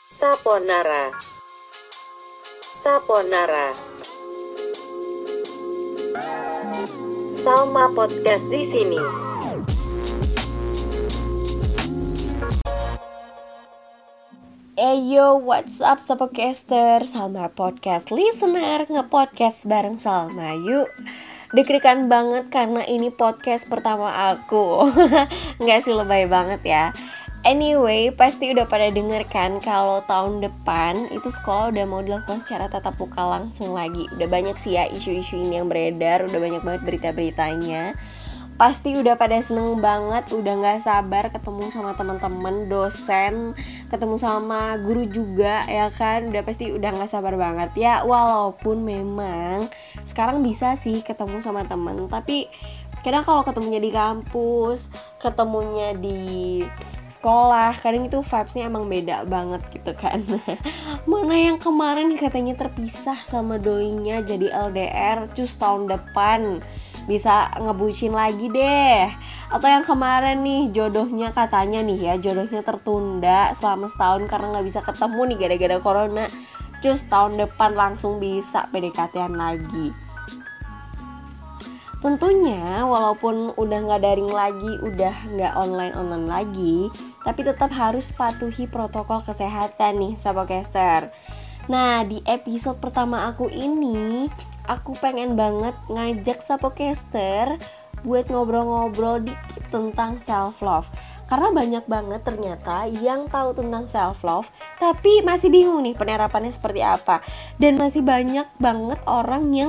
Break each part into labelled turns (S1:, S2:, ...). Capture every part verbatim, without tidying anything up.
S1: Saponara. Saponara. Salma Podcast di sini.
S2: Eyo, what's up Sapocaster, Salma Podcast listener, nge-podcast bareng Salma yuk. Deg-degan banget karena ini podcast pertama aku. Nggak sih, lebay banget ya. Anyway, pasti udah pada denger kan kalau tahun depan itu sekolah udah mau dilakukan secara tatap muka langsung lagi. Udah banyak sih ya isu-isu ini yang beredar, udah banyak banget berita-beritanya. Pasti udah pada seneng banget, udah gak sabar ketemu sama teman-teman, dosen, ketemu sama guru juga ya kan. Udah pasti udah gak sabar banget ya. Walaupun memang sekarang bisa sih ketemu sama temen, tapi kadang kalau ketemunya di kampus, ketemunya di sekolah, kadang itu vibes-nya emang beda banget gitu kan. Mana yang kemarin katanya terpisah sama doinya jadi L D R, cus tahun depan bisa ngebucin lagi deh. Atau yang kemarin nih jodohnya katanya nih ya, jodohnya tertunda selama setahun karena gak bisa ketemu nih gara-gara corona, cus tahun depan langsung bisa P D K T-an lagi. Tentunya walaupun udah gak daring lagi, udah gak online-online lagi, tapi tetap harus patuhi protokol kesehatan nih Sapocaster. Nah, di episode pertama aku ini, aku pengen banget ngajak Sapocaster buat ngobrol-ngobrol dikit tentang self-love. Karena banyak banget ternyata yang tahu tentang self-love, tapi masih bingung nih penerapannya seperti apa. Dan masih banyak banget orang yang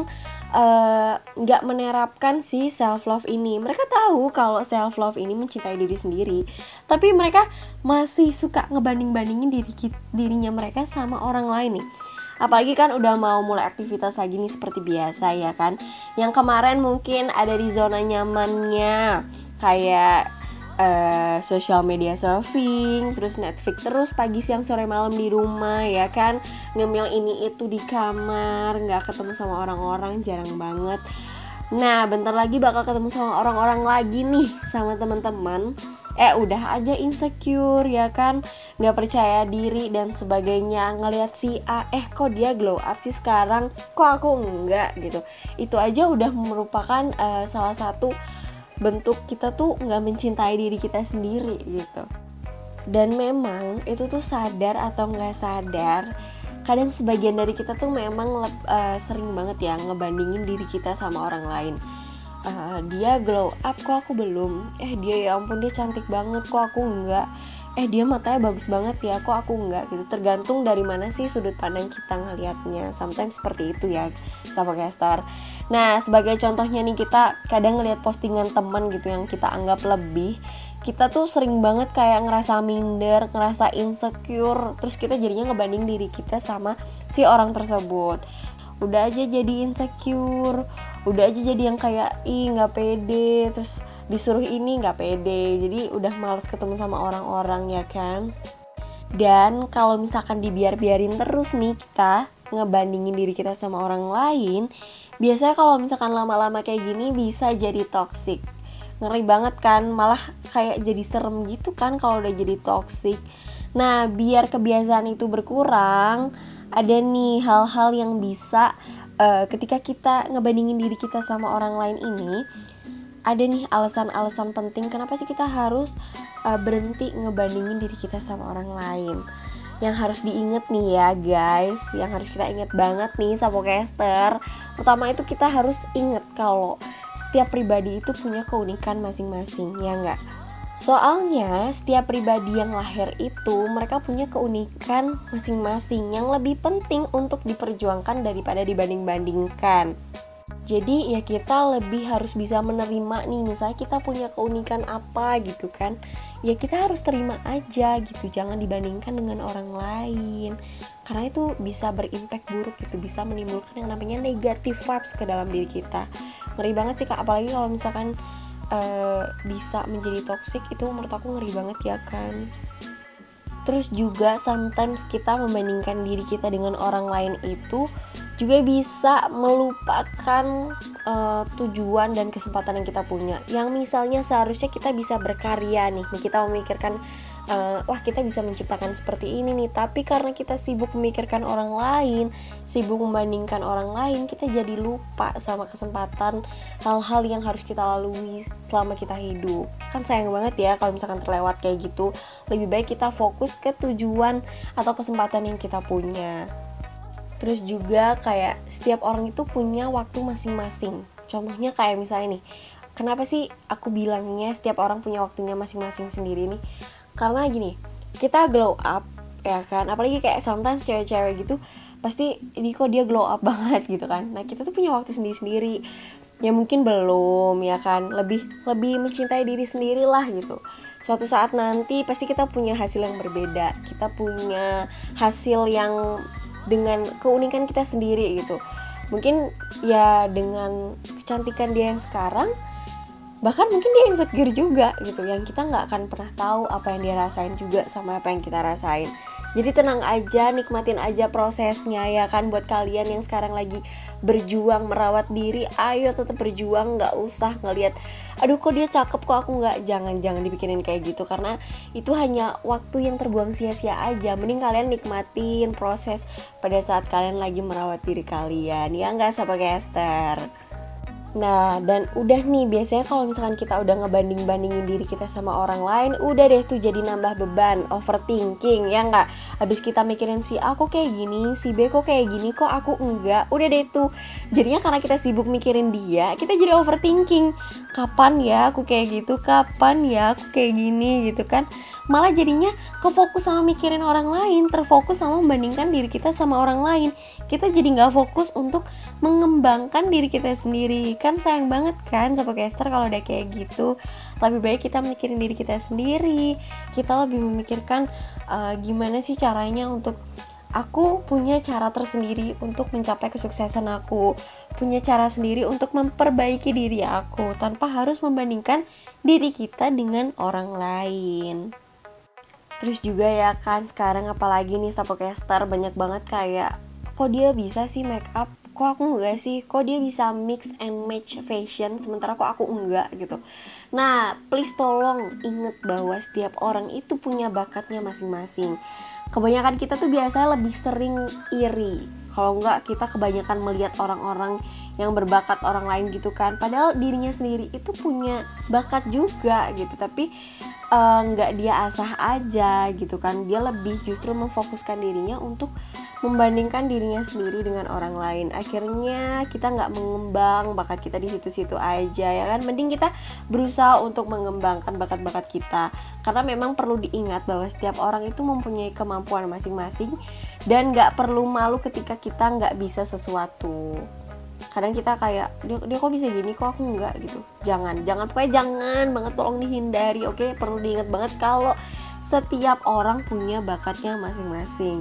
S2: nggak uh, menerapkan si self love ini. Mereka tahu kalau self love ini mencintai diri sendiri, tapi mereka masih suka ngebanding-bandingin diri dirinya mereka sama orang lain nih. Apalagi kan udah mau mulai aktivitas lagi nih seperti biasa ya kan. Yang kemarin mungkin ada di zona nyamannya, kayak Uh, social media surfing, terus Netflix terus pagi siang sore malam di rumah ya kan, ngemil ini itu di kamar, nggak ketemu sama orang-orang, jarang banget. Nah bentar lagi bakal ketemu sama orang-orang lagi nih, sama teman-teman. Eh udah aja insecure ya kan, nggak percaya diri dan sebagainya, ngelihat si A, eh kok dia glow up sih sekarang, kok aku enggak gitu. Itu aja udah merupakan uh, salah satu bentuk kita tuh gak mencintai diri kita sendiri gitu. Dan memang itu tuh sadar atau gak sadar, kadang sebagian dari kita tuh memang uh, sering banget ya ngebandingin diri kita sama orang lain. uh, Dia glow up kok aku belum, eh dia ya ampun dia cantik banget kok aku enggak, eh dia matanya bagus banget ya kok aku enggak gitu. Tergantung dari mana sih sudut pandang kita ngelihatnya. Sometimes seperti itu ya Sapocaster. Nah sebagai contohnya nih, kita kadang ngelihat postingan teman gitu yang kita anggap lebih, kita tuh sering banget kayak ngerasa minder, ngerasa insecure, terus kita jadinya ngebanding diri kita sama si orang tersebut. Udah aja jadi insecure, udah aja jadi yang kayak ih gak pede, terus disuruh ini gak pede, jadi udah malas ketemu sama orang-orang ya kan. Dan kalau misalkan dibiar-biarin terus nih kita ngebandingin diri kita sama orang lain, biasanya kalau misalkan lama-lama kayak gini bisa jadi toxic. Ngeri banget kan, malah kayak jadi serem gitu kan kalau udah jadi toxic. Nah biar kebiasaan itu berkurang, ada nih hal-hal yang bisa uh, ketika kita ngebandingin diri kita sama orang lain ini, ada nih alasan-alasan penting kenapa sih kita harus uh, berhenti ngebandingin diri kita sama orang lain. Yang harus diinget nih ya guys, yang harus kita inget banget nih Sapocaster. Pertama itu kita harus inget kalau setiap pribadi itu punya keunikan masing-masing, ya nggak? Soalnya setiap pribadi yang lahir itu mereka punya keunikan masing-masing yang lebih penting untuk diperjuangkan daripada dibanding-bandingkan. Jadi ya kita lebih harus bisa menerima nih, misalnya kita punya keunikan apa gitu kan, ya kita harus terima aja gitu, jangan dibandingkan dengan orang lain. Karena itu bisa berimpact buruk gitu, bisa menimbulkan yang namanya negative vibes ke dalam diri kita. Ngeri banget sih kak, apalagi kalau misalkan uh, bisa menjadi toxic, itu menurut aku ngeri banget ya kan. Terus juga sometimes kita membandingkan diri kita dengan orang lain itu juga bisa melupakan uh, tujuan dan kesempatan yang kita punya. Yang misalnya seharusnya kita bisa berkarya nih, kita memikirkan uh, wah kita bisa menciptakan seperti ini nih. Tapi karena kita sibuk memikirkan orang lain, sibuk membandingkan orang lain, kita jadi lupa sama kesempatan hal-hal yang harus kita lalui selama kita hidup. Kan sayang banget ya kalau misalkan terlewat kayak gitu. Lebih baik kita fokus ke tujuan atau kesempatan yang kita punya. Terus juga kayak setiap orang itu punya waktu masing-masing. Contohnya kayak misalnya nih, kenapa sih aku bilangnya setiap orang punya waktunya masing-masing sendiri nih? Karena gini, kita glow up ya kan, apalagi kayak sometimes cewek-cewek gitu pasti ini kok dia glow up banget gitu kan. Nah kita tuh punya waktu sendiri-sendiri. Ya mungkin belum ya kan, lebih lebih mencintai diri sendiri lah gitu. Suatu saat nanti pasti kita punya hasil yang berbeda. Kita punya hasil yang dengan keunikan kita sendiri gitu. Mungkin ya dengan kecantikan dia yang sekarang, bahkan mungkin dia insecure juga gitu, yang kita gak akan pernah tahu apa yang dia rasain juga sama apa yang kita rasain. Jadi tenang aja, nikmatin aja prosesnya ya kan. Buat kalian yang sekarang lagi berjuang merawat diri, ayo tetap berjuang, gak usah ngelihat aduh kok dia cakep kok aku gak. Jangan-jangan dipikirin kayak gitu, karena itu hanya waktu yang terbuang sia-sia aja. Mending kalian nikmatin proses pada saat kalian lagi merawat diri kalian. Ya gak, sahabat Kester? Nah dan udah nih, biasanya kalau misalkan kita udah ngebanding-bandingin diri kita sama orang lain, udah deh tuh jadi nambah beban, overthinking ya nggak. Habis kita mikirin si A kok kayak gini, si B kok kayak gini, kok aku enggak. Udah deh tuh, jadinya karena kita sibuk mikirin dia, kita jadi overthinking. Kapan ya aku kayak gitu, kapan ya aku kayak gini gitu kan. Malah jadinya kefokus sama mikirin orang lain, terfokus sama membandingkan diri kita sama orang lain. Kita jadi nggak fokus untuk mengembangkan diri kita sendiri. Kan sayang banget kan Sobat Kester kalau udah kayak gitu. Lebih baik kita mikirin diri kita sendiri. Kita lebih memikirkan uh, gimana sih caranya untuk aku punya cara tersendiri untuk mencapai kesuksesan aku, punya cara sendiri untuk memperbaiki diri aku tanpa harus membandingkan diri kita dengan orang lain. Terus juga ya kan sekarang apalagi nih Stapokester banyak banget kayak kok dia bisa sih make up, kok aku enggak sih, kok dia bisa mix and match fashion sementara kok aku enggak gitu. Nah please tolong inget bahwa setiap orang itu punya bakatnya masing-masing. Kebanyakan kita tuh biasanya lebih sering iri, kalau enggak kita kebanyakan melihat orang-orang yang berbakat orang lain gitu kan, padahal dirinya sendiri itu punya bakat juga gitu, tapi nggak uh, dia asah aja gitu kan. Dia lebih justru memfokuskan dirinya untuk membandingkan dirinya sendiri dengan orang lain. Akhirnya kita nggak mengembang bakat kita di situ-situ aja ya kan. Mending kita berusaha untuk mengembangkan bakat-bakat kita, karena memang perlu diingat bahwa setiap orang itu mempunyai kemampuan masing-masing dan nggak perlu malu ketika kita nggak bisa sesuatu. Kadang kita kayak dia, dia kok bisa gini kok aku enggak gitu. Jangan, jangan pokoknya jangan banget, tolong dihindari. Oke, perlu diingat banget kalau setiap orang punya bakatnya masing-masing.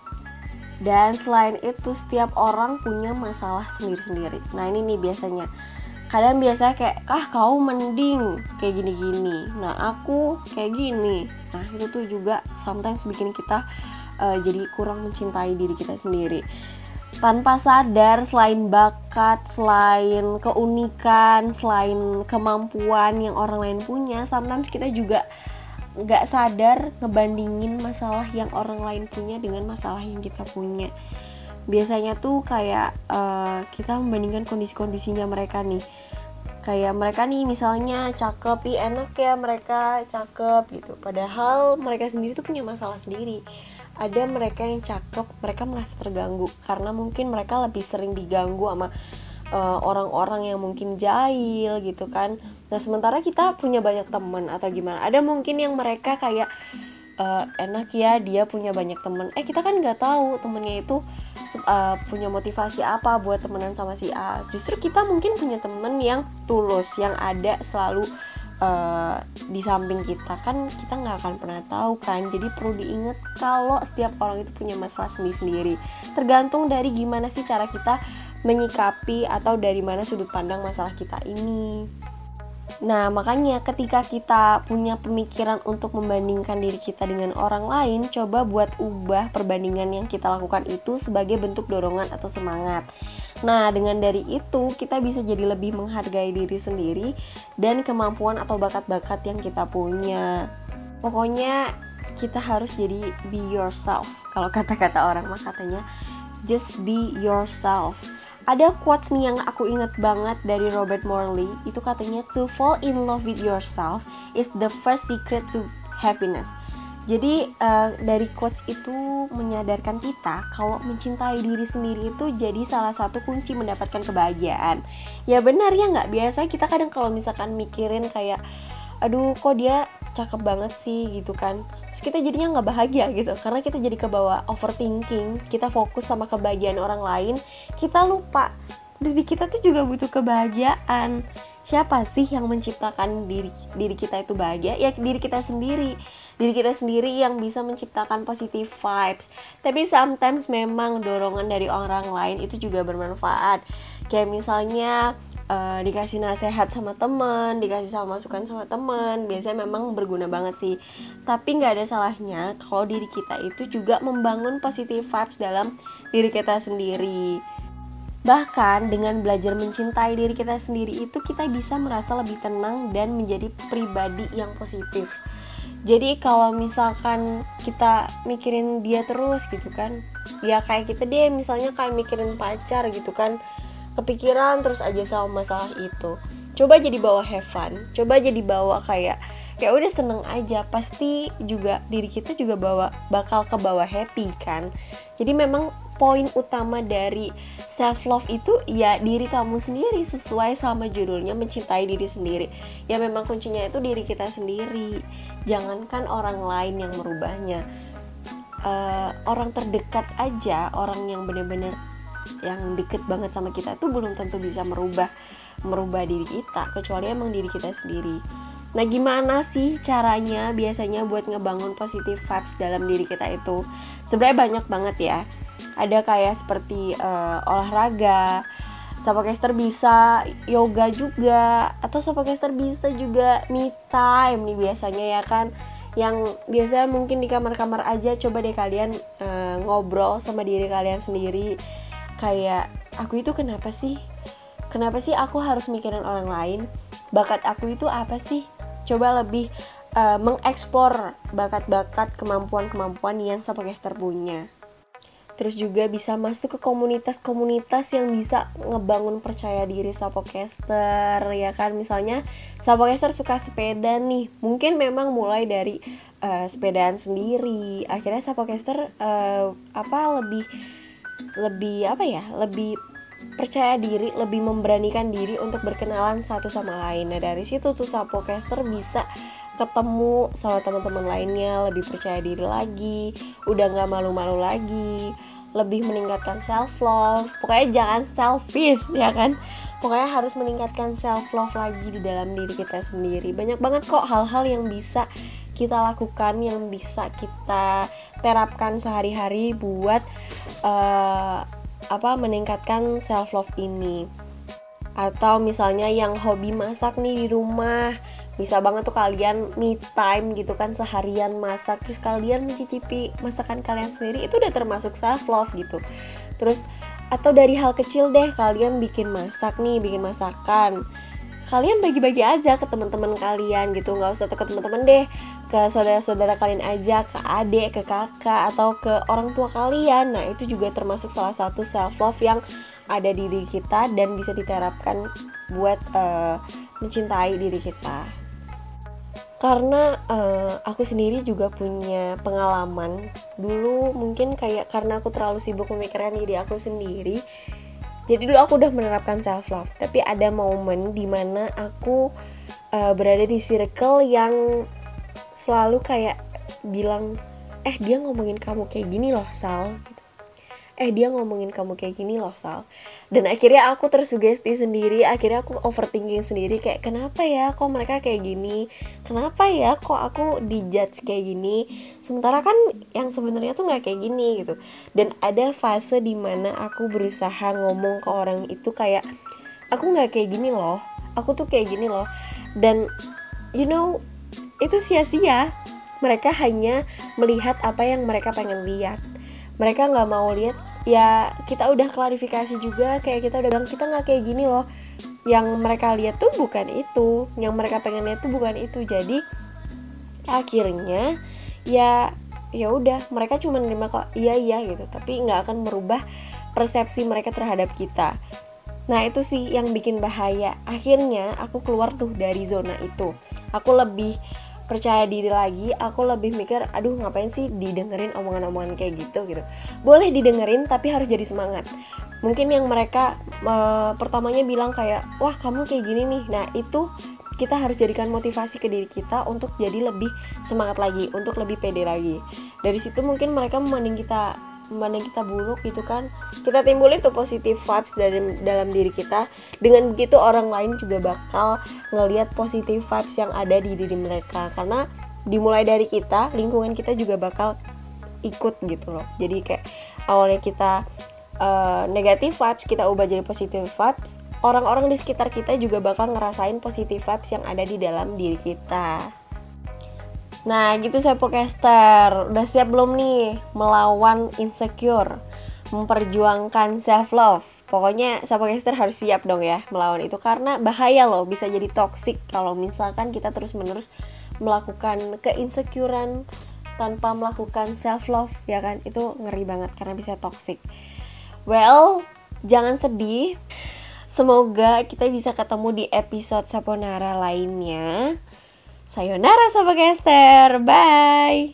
S2: Dan selain itu setiap orang punya masalah sendiri-sendiri. Nah ini nih biasanya kalian biasanya kayak ah kau mending kayak gini-gini, nah aku kayak gini. Nah itu tuh juga sometimes bikin kita uh, jadi kurang mencintai diri kita sendiri. Tanpa sadar, selain bakat, selain keunikan, selain kemampuan yang orang lain punya, sometimes kita juga gak sadar ngebandingin masalah yang orang lain punya dengan masalah yang kita punya. Biasanya tuh kayak uh, kita membandingkan kondisi-kondisinya mereka nih. Kayak mereka nih misalnya cakep, ih enak ya mereka cakep gitu. Padahal mereka sendiri tuh punya masalah sendiri. Ada mereka yang cakep, mereka merasa terganggu karena mungkin mereka lebih sering diganggu sama uh, orang-orang yang mungkin jahil gitu kan. Nah sementara kita punya banyak teman atau gimana. Ada mungkin yang mereka kayak uh, enak ya dia punya banyak teman. Eh kita kan nggak tahu temennya itu uh, punya motivasi apa buat temenan sama si A. Justru kita mungkin punya temen yang tulus, yang ada selalu Uh, di samping kita, kan kita nggak akan pernah tahu kan. Jadi perlu diingat kalau setiap orang itu punya masalah sendiri-sendiri. Tergantung dari gimana sih cara kita menyikapi atau dari mana sudut pandang masalah kita ini. Nah makanya ketika kita punya pemikiran untuk membandingkan diri kita dengan orang lain, coba buat ubah perbandingan yang kita lakukan itu sebagai bentuk dorongan atau semangat. Nah dengan dari itu kita bisa jadi lebih menghargai diri sendiri dan kemampuan atau bakat-bakat yang kita punya. Pokoknya kita harus jadi be yourself. Kalau kata-kata orang mah katanya just be yourself. Ada quotes nih yang aku inget banget dari Robert Morley. Itu katanya to fall in love with yourself is the first secret to happiness. Jadi uh, dari quotes itu menyadarkan kita kalau mencintai diri sendiri itu jadi salah satu kunci mendapatkan kebahagiaan. Ya benar ya nggak? Biasa kita kadang kalau misalkan mikirin kayak aduh kok dia cakep banget sih gitu kan, terus kita jadinya nggak bahagia gitu karena kita jadi kebawa overthinking, kita fokus sama kebahagiaan orang lain, kita lupa diri kita tuh juga butuh kebahagiaan. Siapa sih yang menciptakan diri diri kita itu bahagia? Ya diri kita sendiri. Diri kita sendiri yang bisa menciptakan positive vibes. Tapi sometimes memang dorongan dari orang lain itu juga bermanfaat. Kayak misalnya uh, dikasih nasihat sama teman, dikasih sama masukan sama teman, biasanya memang berguna banget sih. Tapi nggak ada salahnya kalau diri kita itu juga membangun positive vibes dalam diri kita sendiri. Bahkan dengan belajar mencintai diri kita sendiri itu kita bisa merasa lebih tenang dan menjadi pribadi yang positif. Jadi kalau misalkan kita mikirin dia terus gitu kan, ya kayak kita deh misalnya kayak mikirin pacar gitu kan, kepikiran terus aja sama masalah itu. Coba jadi bawa have fun, coba jadi bawa kayak ya udah seneng aja, pasti juga diri kita juga bawa bakal ke bawah happy kan. Jadi memang poin utama dari self love itu ya diri kamu sendiri, sesuai sama judulnya mencintai diri sendiri. Ya memang kuncinya itu diri kita sendiri. Jangankan orang lain yang merubahnya, uh, orang terdekat aja, orang yang benar-benar yang deket banget sama kita tuh belum tentu bisa merubah merubah diri kita, kecuali emang diri kita sendiri. Nah gimana sih caranya biasanya buat ngebangun positive vibes dalam diri kita itu? Sebenarnya banyak banget ya. Ada kayak seperti uh, olahraga, Sapocaster bisa yoga juga, atau Sapocaster bisa juga me time nih biasanya ya kan. Yang biasanya mungkin di kamar-kamar aja, coba deh kalian uh, ngobrol sama diri kalian sendiri. Kayak aku itu kenapa sih? Kenapa sih aku harus mikirin orang lain? Bakat aku itu apa sih? Coba lebih uh, mengeksplor bakat-bakat, kemampuan-kemampuan yang Sapocaster punya. Terus juga bisa masuk ke komunitas-komunitas yang bisa ngebangun percaya diri Sapocaster ya kan. Misalnya Sapocaster suka sepeda nih, mungkin memang mulai dari uh, sepedaan sendiri. Akhirnya Sapocaster uh, apa lebih lebih apa ya lebih percaya diri, lebih memberanikan diri untuk berkenalan satu sama lain. Nah dari situ tuh Sapocaster bisa ketemu sama teman-teman lainnya, lebih percaya diri lagi, udah nggak malu-malu lagi, lebih meningkatkan self love. Pokoknya jangan selfish ya kan. Pokoknya harus meningkatkan self love lagi di dalam diri kita sendiri. Banyak banget kok hal-hal yang bisa kita lakukan, yang bisa kita terapkan sehari-hari buat uh, apa meningkatkan self love ini. Atau misalnya yang hobi masak nih di rumah, bisa banget tuh kalian me time gitu kan, seharian masak, terus kalian mencicipi masakan kalian sendiri, itu udah termasuk self love gitu. Terus atau dari hal kecil deh, kalian bikin masak nih, bikin masakan, kalian bagi-bagi aja ke teman-teman kalian gitu, nggak usah ke teman-teman deh, ke saudara-saudara kalian aja, ke adik, ke kakak, atau ke orang tua kalian. Nah itu juga termasuk salah satu self love yang ada di diri kita dan bisa diterapkan buat uh, mencintai diri kita. Karena uh, aku sendiri juga punya pengalaman dulu, mungkin kayak karena aku terlalu sibuk memikirkan diri aku sendiri, jadi dulu aku udah menerapkan self love. Tapi ada momen dimana aku uh, berada di circle yang selalu kayak bilang, eh dia ngomongin kamu kayak gini loh Sal, gitu. Eh dia ngomongin kamu kayak gini loh Sal. Dan akhirnya aku tersugesti sendiri, akhirnya aku overthinking sendiri, kayak kenapa ya kok mereka kayak gini, kenapa ya kok aku dijudge kayak gini, sementara kan yang sebenarnya tuh nggak kayak gini gitu. Dan ada fase dimana aku berusaha ngomong ke orang itu kayak, aku nggak kayak gini loh, aku tuh kayak gini loh. Dan you know itu sia-sia. Mereka hanya melihat apa yang mereka pengen lihat. Mereka nggak mau lihat, ya kita udah klarifikasi juga, kayak kita udah bilang kita nggak kayak gini loh. Yang mereka lihat tuh bukan itu, yang mereka pengen lihat tuh bukan itu. Jadi akhirnya ya ya udah mereka cuma nerima kok iya iya gitu, tapi nggak akan merubah persepsi mereka terhadap kita. Nah itu sih yang bikin bahaya. Akhirnya aku keluar tuh dari zona itu. Aku lebih percaya diri lagi, aku lebih mikir, aduh ngapain sih didengerin omongan-omongan kayak gitu gitu. Boleh didengerin tapi harus jadi semangat. Mungkin yang mereka uh, pertamanya bilang kayak, wah kamu kayak gini nih. Nah itu kita harus jadikan motivasi ke diri kita untuk jadi lebih semangat lagi, untuk lebih pede lagi. Dari situ mungkin mereka memandang kita memandang kita buruk gitu kan, kita timbulin tuh positive vibes dalam dalam diri kita. Dengan begitu orang lain juga bakal ngelihat positive vibes yang ada di diri mereka, karena dimulai dari kita, lingkungan kita juga bakal ikut gitu loh. Jadi kayak awalnya kita uh, negative vibes, kita ubah jadi positive vibes, orang-orang di sekitar kita juga bakal ngerasain positive vibes yang ada di dalam diri kita. Nah gitu Sapocaster, udah siap belum nih melawan insecure, memperjuangkan self love? Pokoknya Sapocaster harus siap dong ya melawan itu, karena bahaya loh, bisa jadi toxic kalau misalkan kita terus menerus melakukan keinsecurean tanpa melakukan self love, ya kan? Itu ngeri banget karena bisa toxic. Well, jangan sedih, semoga kita bisa ketemu di episode Saponara lainnya. Sayonara Sapocaster, bye.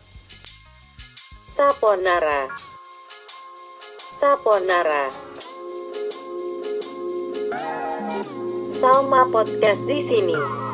S1: Saponara. Saponara. Salma Podcast di sini.